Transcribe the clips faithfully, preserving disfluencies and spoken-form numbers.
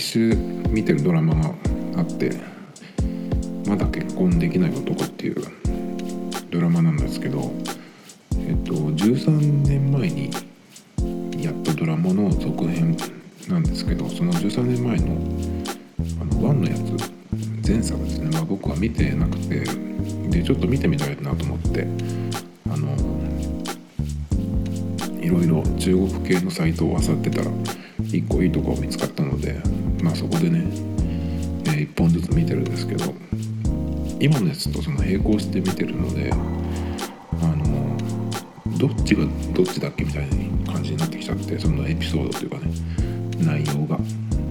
週見てるドラマがあって、まだ結婚できない男っていうドラマなんですけど、えっとじゅうさんねんまえにやったドラマの続編なんですけど、そのじゅうさんねんまえのあのワンのやつ、前作ですね、まあ、僕は見てなくて、でちょっと見てみたいなと思って、あのいろいろ中国系のサイトを漁ってたらいっこいいとこ見つかったので、まあそこでね、えー、いっぽんずつ見てるんですけど、今のやつとその並行して見てるので、あのどっちがどっちだっけみたいな感じになってきちゃって、そのエピソードというかね、内容が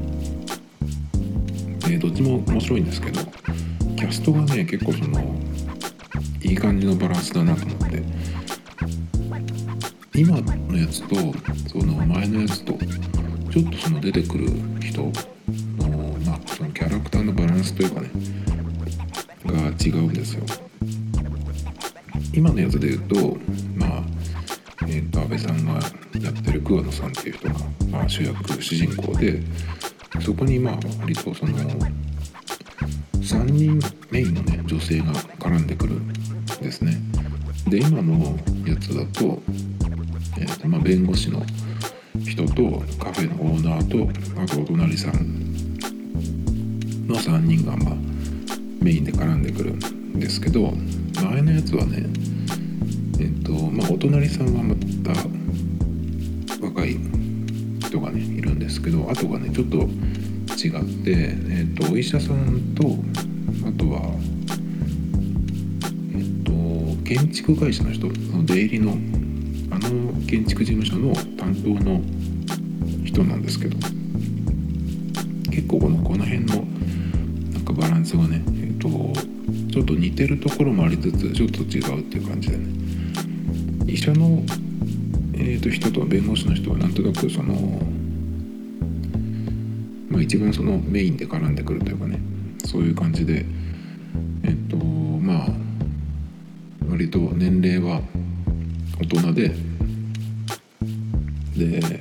でどっちも面白いんですけど、キャストがね結構そのいい感じのバランスだなと思って、今のやつとその前のやつとちょっとその出てくる人の、まあ、そのキャラクターのバランスというかねが違うんですよ。今のやつで言うと、まあえー、と安倍さんがやってる桑野さんっていう人が、まあ、主役主人公で、そこにまあ割とそのさんにんメインのね女性が絡んでくるんですね。で今のやつだと、えーとまあ、弁護士の人とカフェのオーナーと、あとお隣さんのさんにんがまあメインで絡んでくるんですけど、前のやつはね、えっとまあお隣さんはまた若い人がねいるんですけど、あとがねちょっと違って、えっとお医者さんと、あとはえっと建築会社の人の出入りのあの建築事務所の担当の人なんですけど、結構このこの辺のなんかバランスがね、えっとちょっと似てるところもありつつちょっと違うっていう感じでね、医者の、えー、と人と弁護士の人はなんとなくその、まあ、一番そのメインで絡んでくるというかね、そういう感じで、えっ、とまあ割と年齢は大人でで、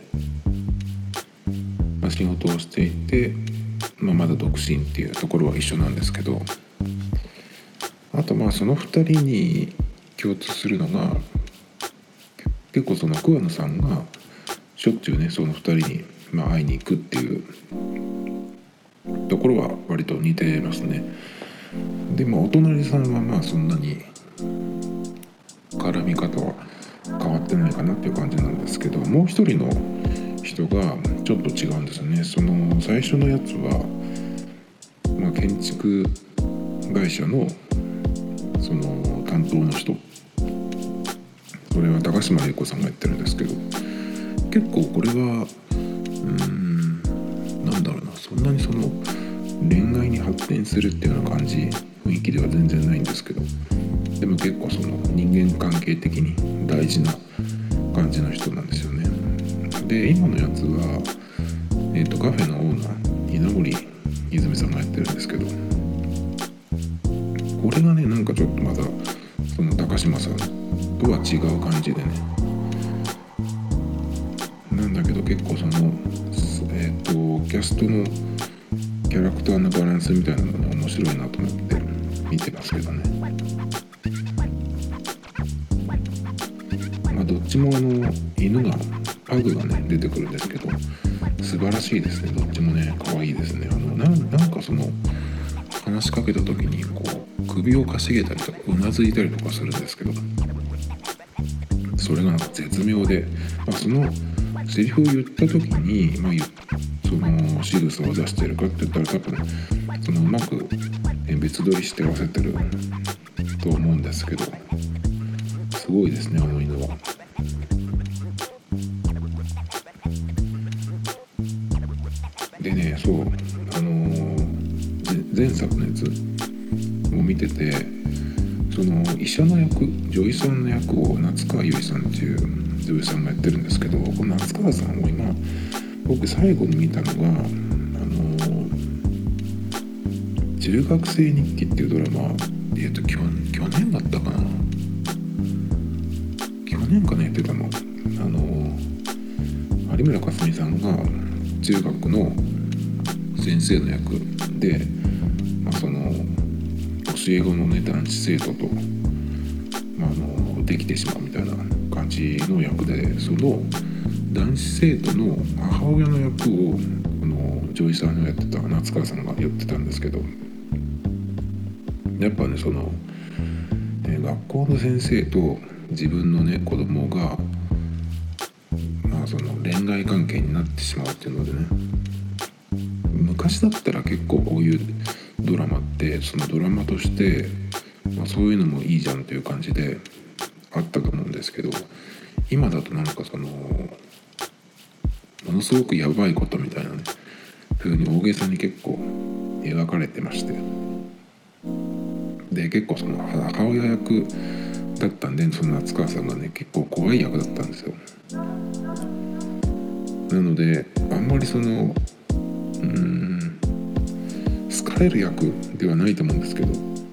まあ、仕事をしていて、まあ、まだ独身っていうところは一緒なんですけど、あとまあそのふたりに共通するのが、結構その桑野さんがしょっちゅうねそのふたりにまあ会いに行くっていうところは割と似てますね。でもお隣さんはまあそんなに絡み方は変わってないかなっていう感じなんですけど、もう一人の人がちょっと違うんですよね。その最初のやつは、まあ、建築会社のその担当の人、それは高島玲子さんがやってるんですけど、結構これはうーんなんだろうな、そんなにその恋愛に発展するっていうような感じ雰囲気では全然ないんですけど、でも結構その人間関係的に大事な感じの人なんですよね。で今のやつは、えーと、カフェのオーナー稲森泉さんがやってるんですけど、これがねなんかちょっとまだその高島さんとは違う感じでね、なんだけど結構そのえっ、ー、とキャストのキャラクターのバランスみたいなのが面白いなと思って見てますけどね。まあどっちもあの犬がパグがね出てくるんですけど、素晴らしいですね。どっちもね可愛いですね。あの な, なんかその話しかけた時にこう首をかしげたりとかうなずいたりとかするんですけど、それがなんか絶妙で、まあ、そのセリフを言った時に、まあ、その仕草を出してるかって言ったら多分そのうまく別撮りして合わせてると思うんですけど、すごいですねあの犬は。でね、そうあのー、前作のやつを見てて、その医者の役、女医さんの役を夏川由里さんっていう女優さんがやってるんですけど、この夏川さんを今僕最後に見たのが、あのー、中学生日記っていうドラマ、えっと去去年だったかな、去年かなやってたの、あのー、有村架純さんが中学の先生の役で、まあ、その教え子のね男子生徒と、まあ、あのできてしまうみたいな感じの役で、その男子生徒の母親の役をこの女優さんがやってた夏川さんがやってたんですけど、やっぱねその、えー、学校の先生と自分のね子供が、まあ、その恋愛関係になってしまうっていうのでね、昔だったら結構こういうドラマってそのドラマとして、まあ、そういうのもいいじゃんという感じであったと思うんですけど、今だとなんかそのものすごくやばいことみたいなね風に大げさに結構描かれてまして、で結構その母親役だったんで、その夏川さんがね結構怖い役だったんですよ。なのであんまりそのうーん好かれる役ではないと思うんですけど、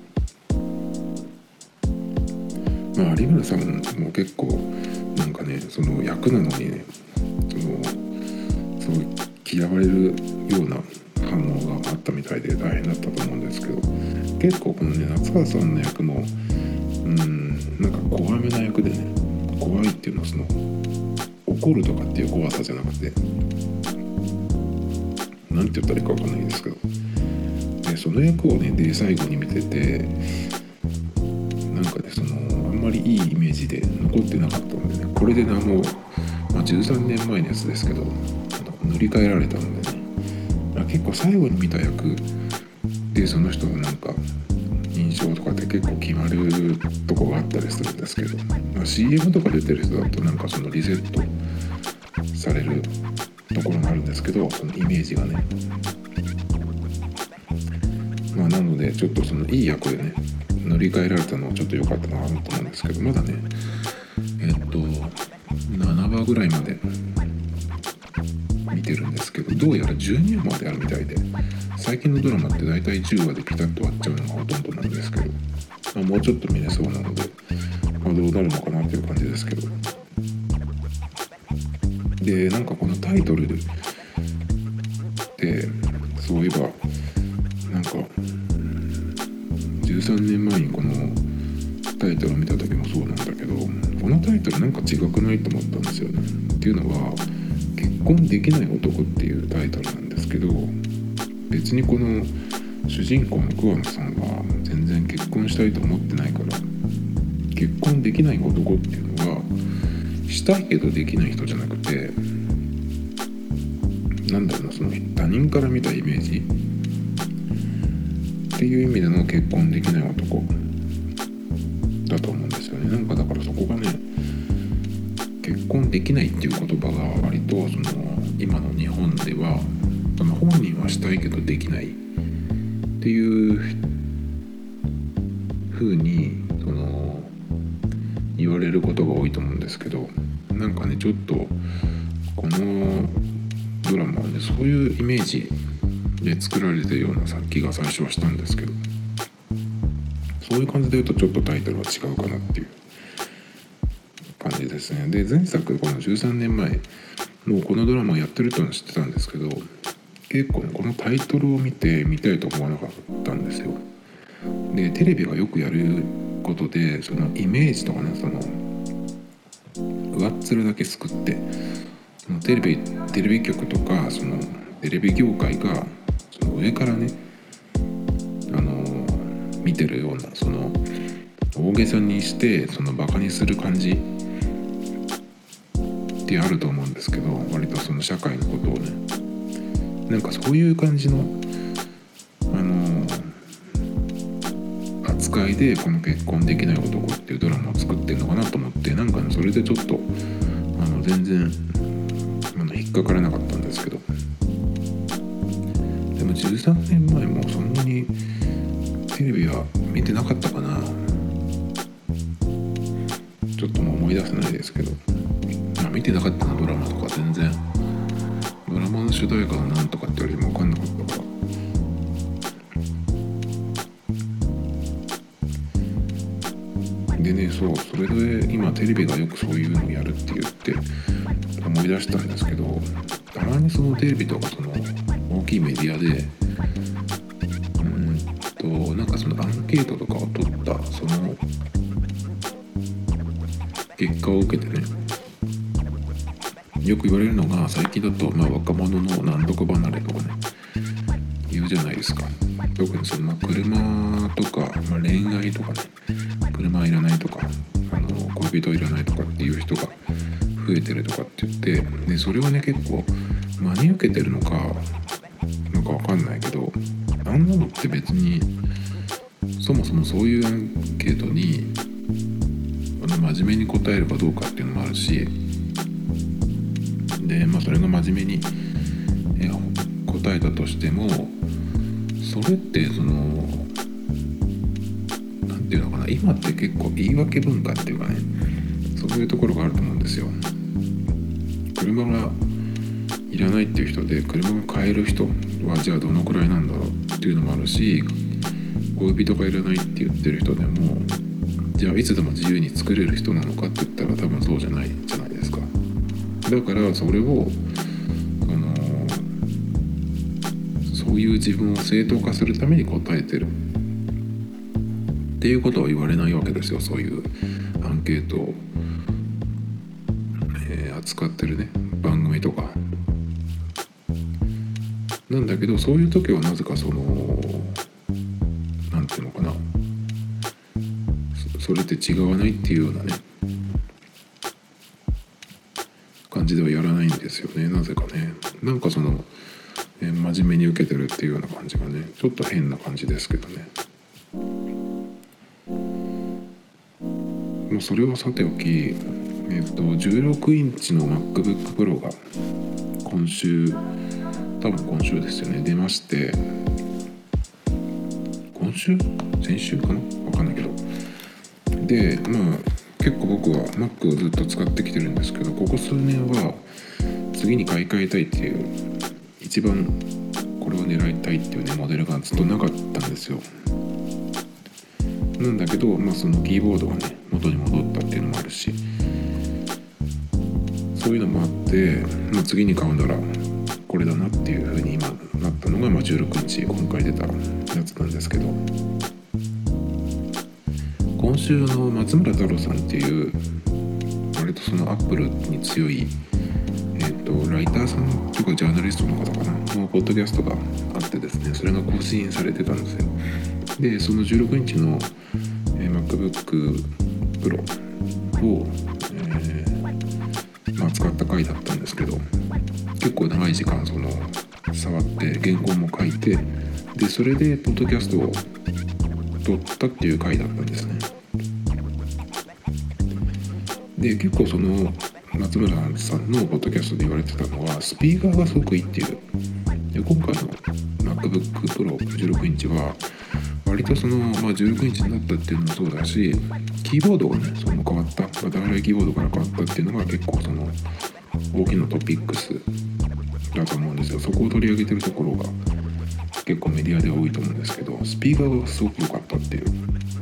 まあ有村さんも結構なんかねその役なのにねそのすごい嫌われるような反応があったみたいで大変だったと思うんですけど、結構このね夏川さんの役もうーんなんか怖めな役でね、怖いっていうのはその怒るとかっていう怖さじゃなくて、なんて言ったらいいか分かんないんですけど、でその役をねで最後に見ててなんかねそのあんまりいいイメージで残ってなかったのでね、これでねもう、まあ、じゅうさんねんまえのやつですけど塗り替えられたのでね、まあ、結構最後に見た役でその人のなんか印象とかって結構決まるとこがあったりするんですけど、まあ、シーエム とか出てる人だとなんかそのリセットされるところがあるんですけど、そのイメージがね、まあなのでちょっとそのいい役でね塗り替えられたのはちょっと良かったなと思うんですけど、まだねえっとななわぐらいまで見てるんですけど、どうやらじゅうにわまであるみたいで、最近のドラマって大体じゅうわでピタッと終わっちゃうのがほとんどなんですけど、まあ、もうちょっと見れそうなので、まあ、どうなるのかなっていう感じですけど、でなんかこのタイトルでそういえばなんかじゅうさんねんまえにこのタイトルを見た時もそうなんだけど、このタイトルなんか違くないと思ったんですよね。っていうのは結婚できない男っていうタイトルなんですけど、別にこの主人公の桑名さんは全然結婚したいと思ってないから、結婚できない男っていうのはしたいけどできない人じゃなくて、なんだろうな、その他人から見たイメージっていう意味での結婚できない男だと思うんですよね。なんかだからそこがね、結婚できないっていう言葉が割とその今の日本ではその本人はしたいけどできないっていう風にその言われることが多いと思うんですけど、なんかねちょっとこのドラマはねそういうイメージで作られてるような気が最初はしたんですけど、そういう感じで言うとちょっとタイトルは違うかなっていう感じですね。で前作このじゅうさんねんまえもうこのドラマをやってるってのは知ってたんですけど、結構ねこのタイトルを見て見たいと思わなかったんですよ。でテレビがよくやることでそのイメージとかね、その上っ面だけ作ってそのテレビテレビ局とかそのテレビ業界がその上からねあの見てるようなその大げさにしてそのバカにする感じってあると思うんですけど、割とその社会のことをねなんかそういう感じのあの扱いでこの結婚できない男っていうドラマを作ってるのかなと思って、なんかねそれでちょっとあの全然あの引っかからなかったんですけど、でもじゅうさんねんまえもそんなにテレビは見てなかったかな、ちょっともう思い出せないですけど、まあ、見てなかったのドラマとか全然ドラマの主題歌がなんとかって言われても分かんなかったから、でねそうそれで今テレビがよくそういうのをやるって言って思い出したんですけど、たまにそのテレビとかその大きいメディアでうんとなんかそのアンケートとかを取ったその結果を受けてね、よく言われるのが最近だと、まあ、若者の難読離れとかね言うじゃないですか。特にその、まあ、車とか、まあ、恋愛とかね、車いらないとか、あの恋人いらないとかっていう人が増えてるとかって言って、でそれはね結構真に受けてるのかなんかわかんないけど、あんなのって別にそもそもそういうアンケートにあの真面目に答えるかどうかっていうのもあるし、でまあそれが真面目にえ答えたとしても、それってそのなんていうのかな、今って結構言い訳文化っていうかね、そういうところがあると思うんですよ。車がいらないっていう人で車が買える人はじゃあどのくらいなんだろうっていうのもあるし、恋人がいらないって言ってる人でもじゃあいつでも自由に作れる人なのかって言ったら多分そうじゃないじゃないですか。だからそれをあのそういう自分を正当化するために答えてるっていうことは言われないわけですよ。そういうアンケートを、えー扱ってるね番組とかなんだけど、そういう時はなぜかそのなんていうのかな、そそれって違わないっていうようなね感じではやらないんですよね。なぜかね、なんかその、えー真面目に受けてるっていうような感じがね、ちょっと変な感じですけどね。もうそれはさておき、えっとじゅうろくインチの MacBook Pro が今週多分今週ですよね出まして、今週先週かな分かんないけど、でまあ結構僕は Mac をずっと使ってきてるんですけど、ここ数年は次に買い替えたいっていう一番これを狙いたいっていうねモデルがずっとなかったんですよ。なんだけど、まあ、そのキーボードがね元に戻ったっていうのもあるし、そういうのもあって、まあ、次に買うならこれだなっていう風に今なったのが、まあ、じゅうろくインチ今回出たやつなんですけど、今週の松村太郎さんっていう割とそのアップルに強い、えーと、ライターさんとかジャーナリストの方かなのポッドキャストがあってですね、それが更新されてたんですよ。でそのじゅうろくインチの、えー、MacBook Pro を、えーまあ、使った回だったんですけど、結構長い時間その触って原稿も書いて、でそれでポッドキャストを撮ったっていう回だったんですね。で結構その松村さんのポッドキャストで言われてたのはスピーカーがすごくいいっていう。で今回の MacBook Pro じゅうろくインチは割とその、まあ、じゅうろくインチになったっていうのもそうだし、キーボードがねその変わった、ダーライキーボードから変わったっていうのが結構その大きなトピックスだと思うんですよ。そこを取り上げてるところが結構メディアでは多いと思うんですけど、スピーカーがすごく良かったっていう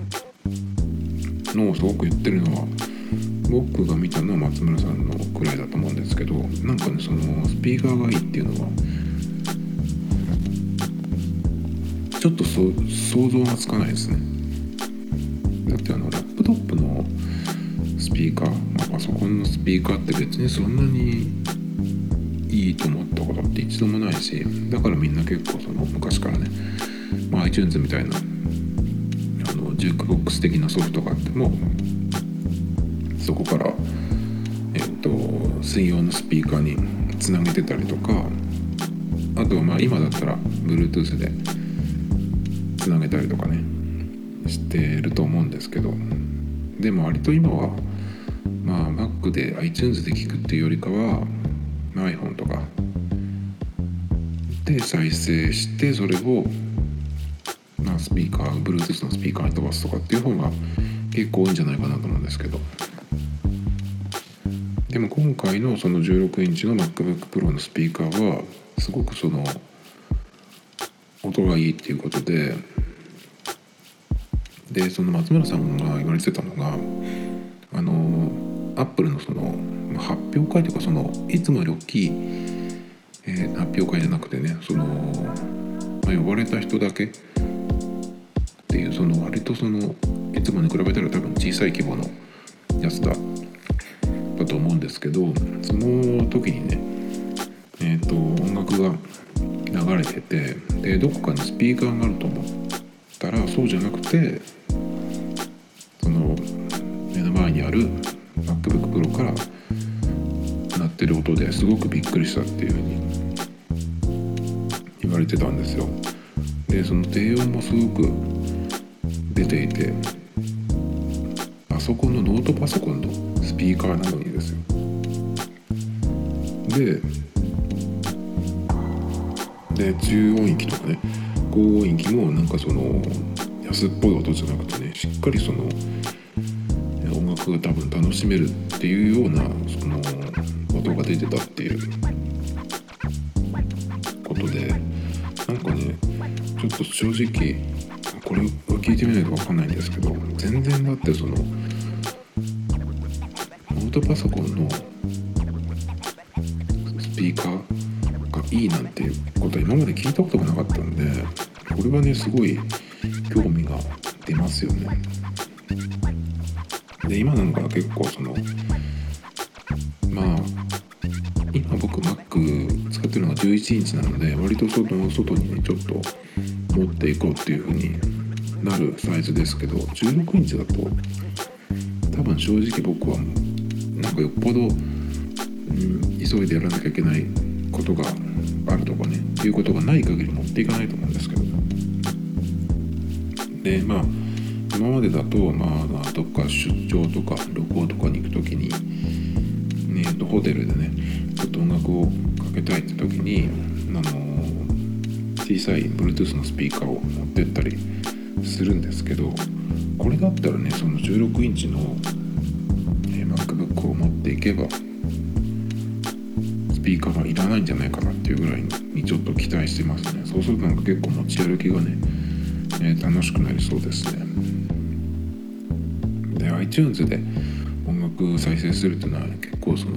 のをすごく言ってるのは僕が見たのは松村さんのくらいだと思うんですけど、なんかねそのスピーカーがいいっていうのはちょっとそ想像がつかないですね。だってあのラップトップのスピーカー、まあ、パソコンのスピーカーって別にそんなにいいと思ったことって一度もないし、だからみんな結構その昔からね、まあ、iTunes みたいなあのジュークボックス的なソフトがあってもそこからえっと専用のスピーカーにつなげてたりとか、あとはまあ今だったら Bluetooth でつなげたりとかねしてると思うんですけど、でも割と今はまあ Mac で iTunes で聞くっていうよりかは iPhone とかで再生してそれをまあスピーカー Bluetooth のスピーカーに飛ばすとかっていう方が結構多いんじゃないかなと思うんですけど、でも今回のそのじゅうろくインチの MacBook Pro のスピーカーはすごくその音がいいっていうことで、でその松村さんが言われてたのがあのアップルのその発表会というかそのいつもより大きいえー、発表会じゃなくてね、その、まあ、呼ばれた人だけっていう、その割とそのいつもに比べたら多分小さい規模のやつだだと思うんですけど、その時にね、えーと音楽が流れてて、でどこかにスピーカーがあると思ったらそうじゃなくて、その目の前にある MacBook Pro から鳴ってる音ですごくびっくりしたっていう風に言われてたんですよ。でその低音もすごく出ていて、パソコンのノートパソコンのスピーカーなのにですよ。でで中音域とかね、高音域もなんかその安っぽい音じゃなくてね、しっかりその音楽が多分楽しめるっていうようなその音が出てたっていうことで、なんかねちょっと正直これを聞いてみないと分かんないんですけど、全然だってそのノートパソコンのスピーカーがいいなんていうことは今まで聞いたことがなかったんで、これはねすごい興味が出ますよね。で今なんか結構そのまあ今僕 Mac 使ってるのがじゅういちインチなので、割とその外にねちょっと持っていこうっていう風になるサイズですけど、じゅうろくインチだと多分正直僕はなんかよっぽど、うん、急いでやらなきゃいけないことがあるとかねいうことがない限り持っていかないと思うんですけど、でまあ今までだとまあどっか出張とか旅行とかに行くときに、ね、ホテルでねちょっと音楽をかけたいって時にあの小さい Bluetooth のスピーカーを持ってったりするんですけど、これだったらねそのじゅうろくインチの、えー、MacBook を持っていけばスピーカーがいらないんじゃないかなっていうぐらいにちょっと期待してますね。そうするとなんか結構持ち歩きがね、えー、楽しくなりそうですね。で iTunes で音楽再生するっていうのは結構その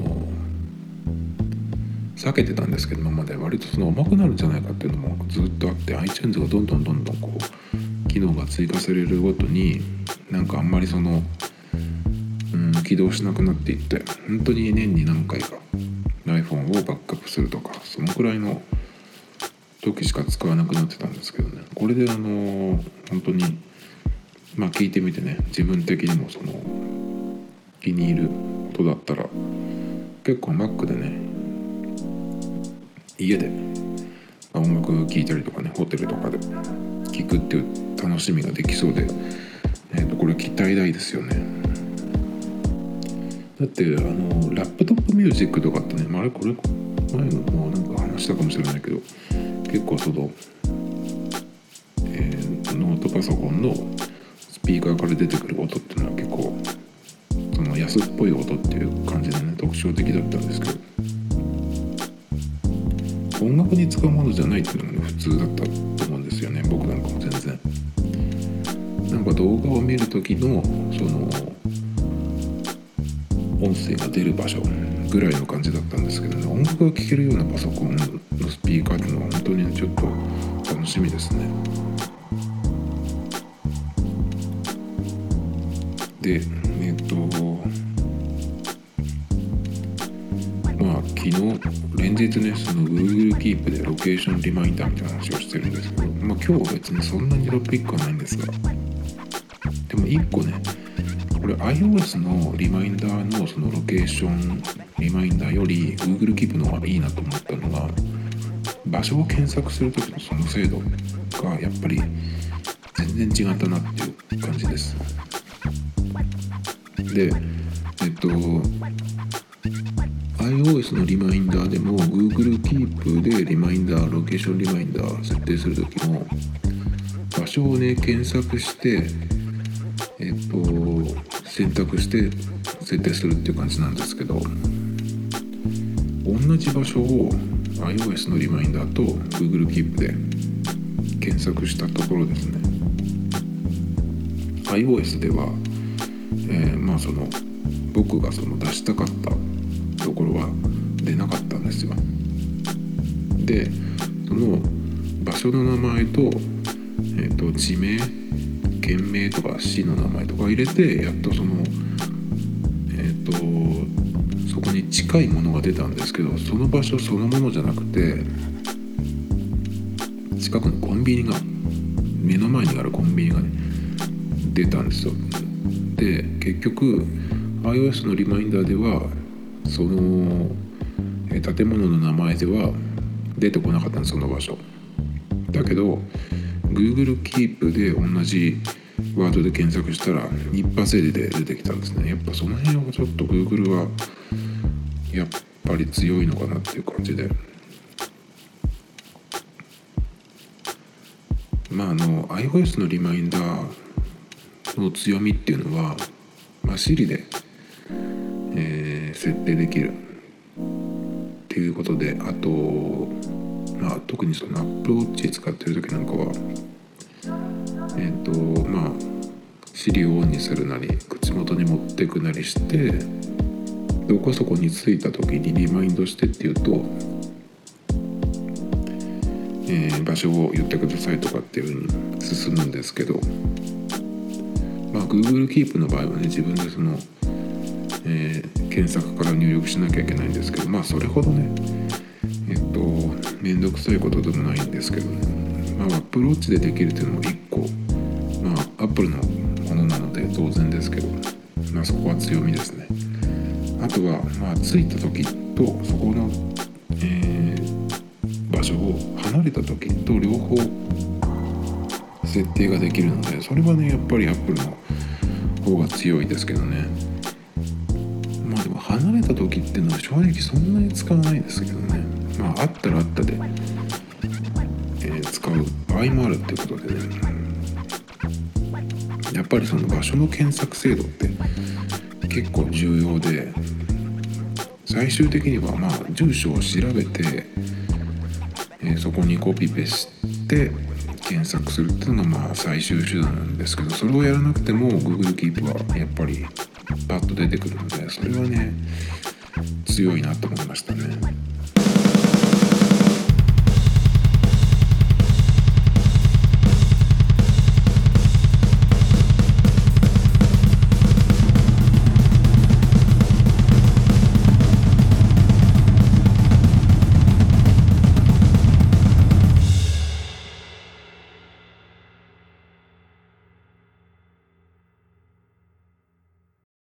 避けてたんですけど、今まで割とその重くなるんじゃないかっていうのもずっとあって、 iTunes がどんどんどんどんこう機能が追加されるごとになんかあんまりその、うん、起動しなくなっていって、本当に年に何回か iPhone をバックアップするとかそのくらいの時しか使わなくなってたんですけどね、これであの本当にまあ聞いてみてね、自分的にもその気に入る音だったら結構 Mac でね家で音楽聴いたりとかね、ホテルとかで聴くっていう楽しみができそうで、えーとこれ期待大ですよね。だってあのラップトップミュージックとかってね、まあ、あれこれ前のもうなんか話したかもしれないけど、結構その、えー、ノートパソコンのスピーカーから出てくる音っていうのは結構その安っぽい音っていう感じでね特徴的だったんですけど、音楽に使うものじゃないっていうのもね普通だったと思うんですよね。僕なんかも全然なんか動画を見る時のその音声が出る場所ぐらいの感じだったんですけどね、音楽が聴けるようなパソコンのスピーカーっていうのは本当にちょっと楽しみですね。でえっとまあ昨日連日ねその Google Keep でロケーションリマインダーみたいな話をしてるんですけど、まあ今日は別にそんなにトピックはないんですが、でもいっこねこれ iOS のリマインダーのそのロケーションリマインダーより Google Keep の方がいいなと思ったのが、場所を検索するときのその精度がやっぱり全然違ったなっていう感じです。でえっと iOS のリマインダーでも Google Keep でリマインダーロケーションリマインダー設定するときも場所をね検索してえっと選択して設定するっていう感じなんですけど、同じ場所を iOS のリマインダーと Google Keep で検索したところですね、 iOS では、えー、まあその僕がその出したかったところは出なかったんですよ。 でその場所の名前と、えー、と地名、県名とか市の名前とか入れてやっとそのえっ、とそこに近いものが出たんですけど、その場所そのものじゃなくて近くのコンビニが、目の前にあるコンビニがね出たんですよ。で結局 iOS のリマインダーではそのえ建物の名前では出てこなかったんです、その場所だけど Google Keep で同じワードで検索したら一発で出てきたんですね。やっぱその辺はちょっと Google はやっぱり強いのかなっていう感じで、まああの iOS のリマインダーの強みっていうのは、まあ、Siri で、えー設定できるっていうことで、あと、まあ、特にその Apple Watch 使ってる時なんかはえっ、とまあ Siri をオンにするなり口元に持ってくなりして、どこそこに着いた時にリマインドしてっていうと、えー場所を言ってくださいとかっていう風に進むんですけど、まあ Google Keep の場合はね自分でその、えー検索から入力しなきゃいけないんですけど、まあそれほどねえっとめんどくさいことでもないんですけど、まあ Apple Watch でできるっていうのも一個、まあ Apple のものなので当然ですけど、まあそこは強みですね。あとはまあ着いた時とそこの、えー場所を離れた時と両方設定ができるので、それはねやっぱり Apple の方が強いですけどね。まあでも離れた時っていうのは正直そんなに使わないですけどね。まああったらあったで、えー使う場合もあるってことでね、やっぱりその場所の検索精度って結構重要で、最終的にはまあ住所を調べて、えーそこにコピペして検索するっていうのがまあ最終手段なんですけど、それをやらなくても Google Keep はやっぱりパッと出てくるので、それはね強いなと思いましたね。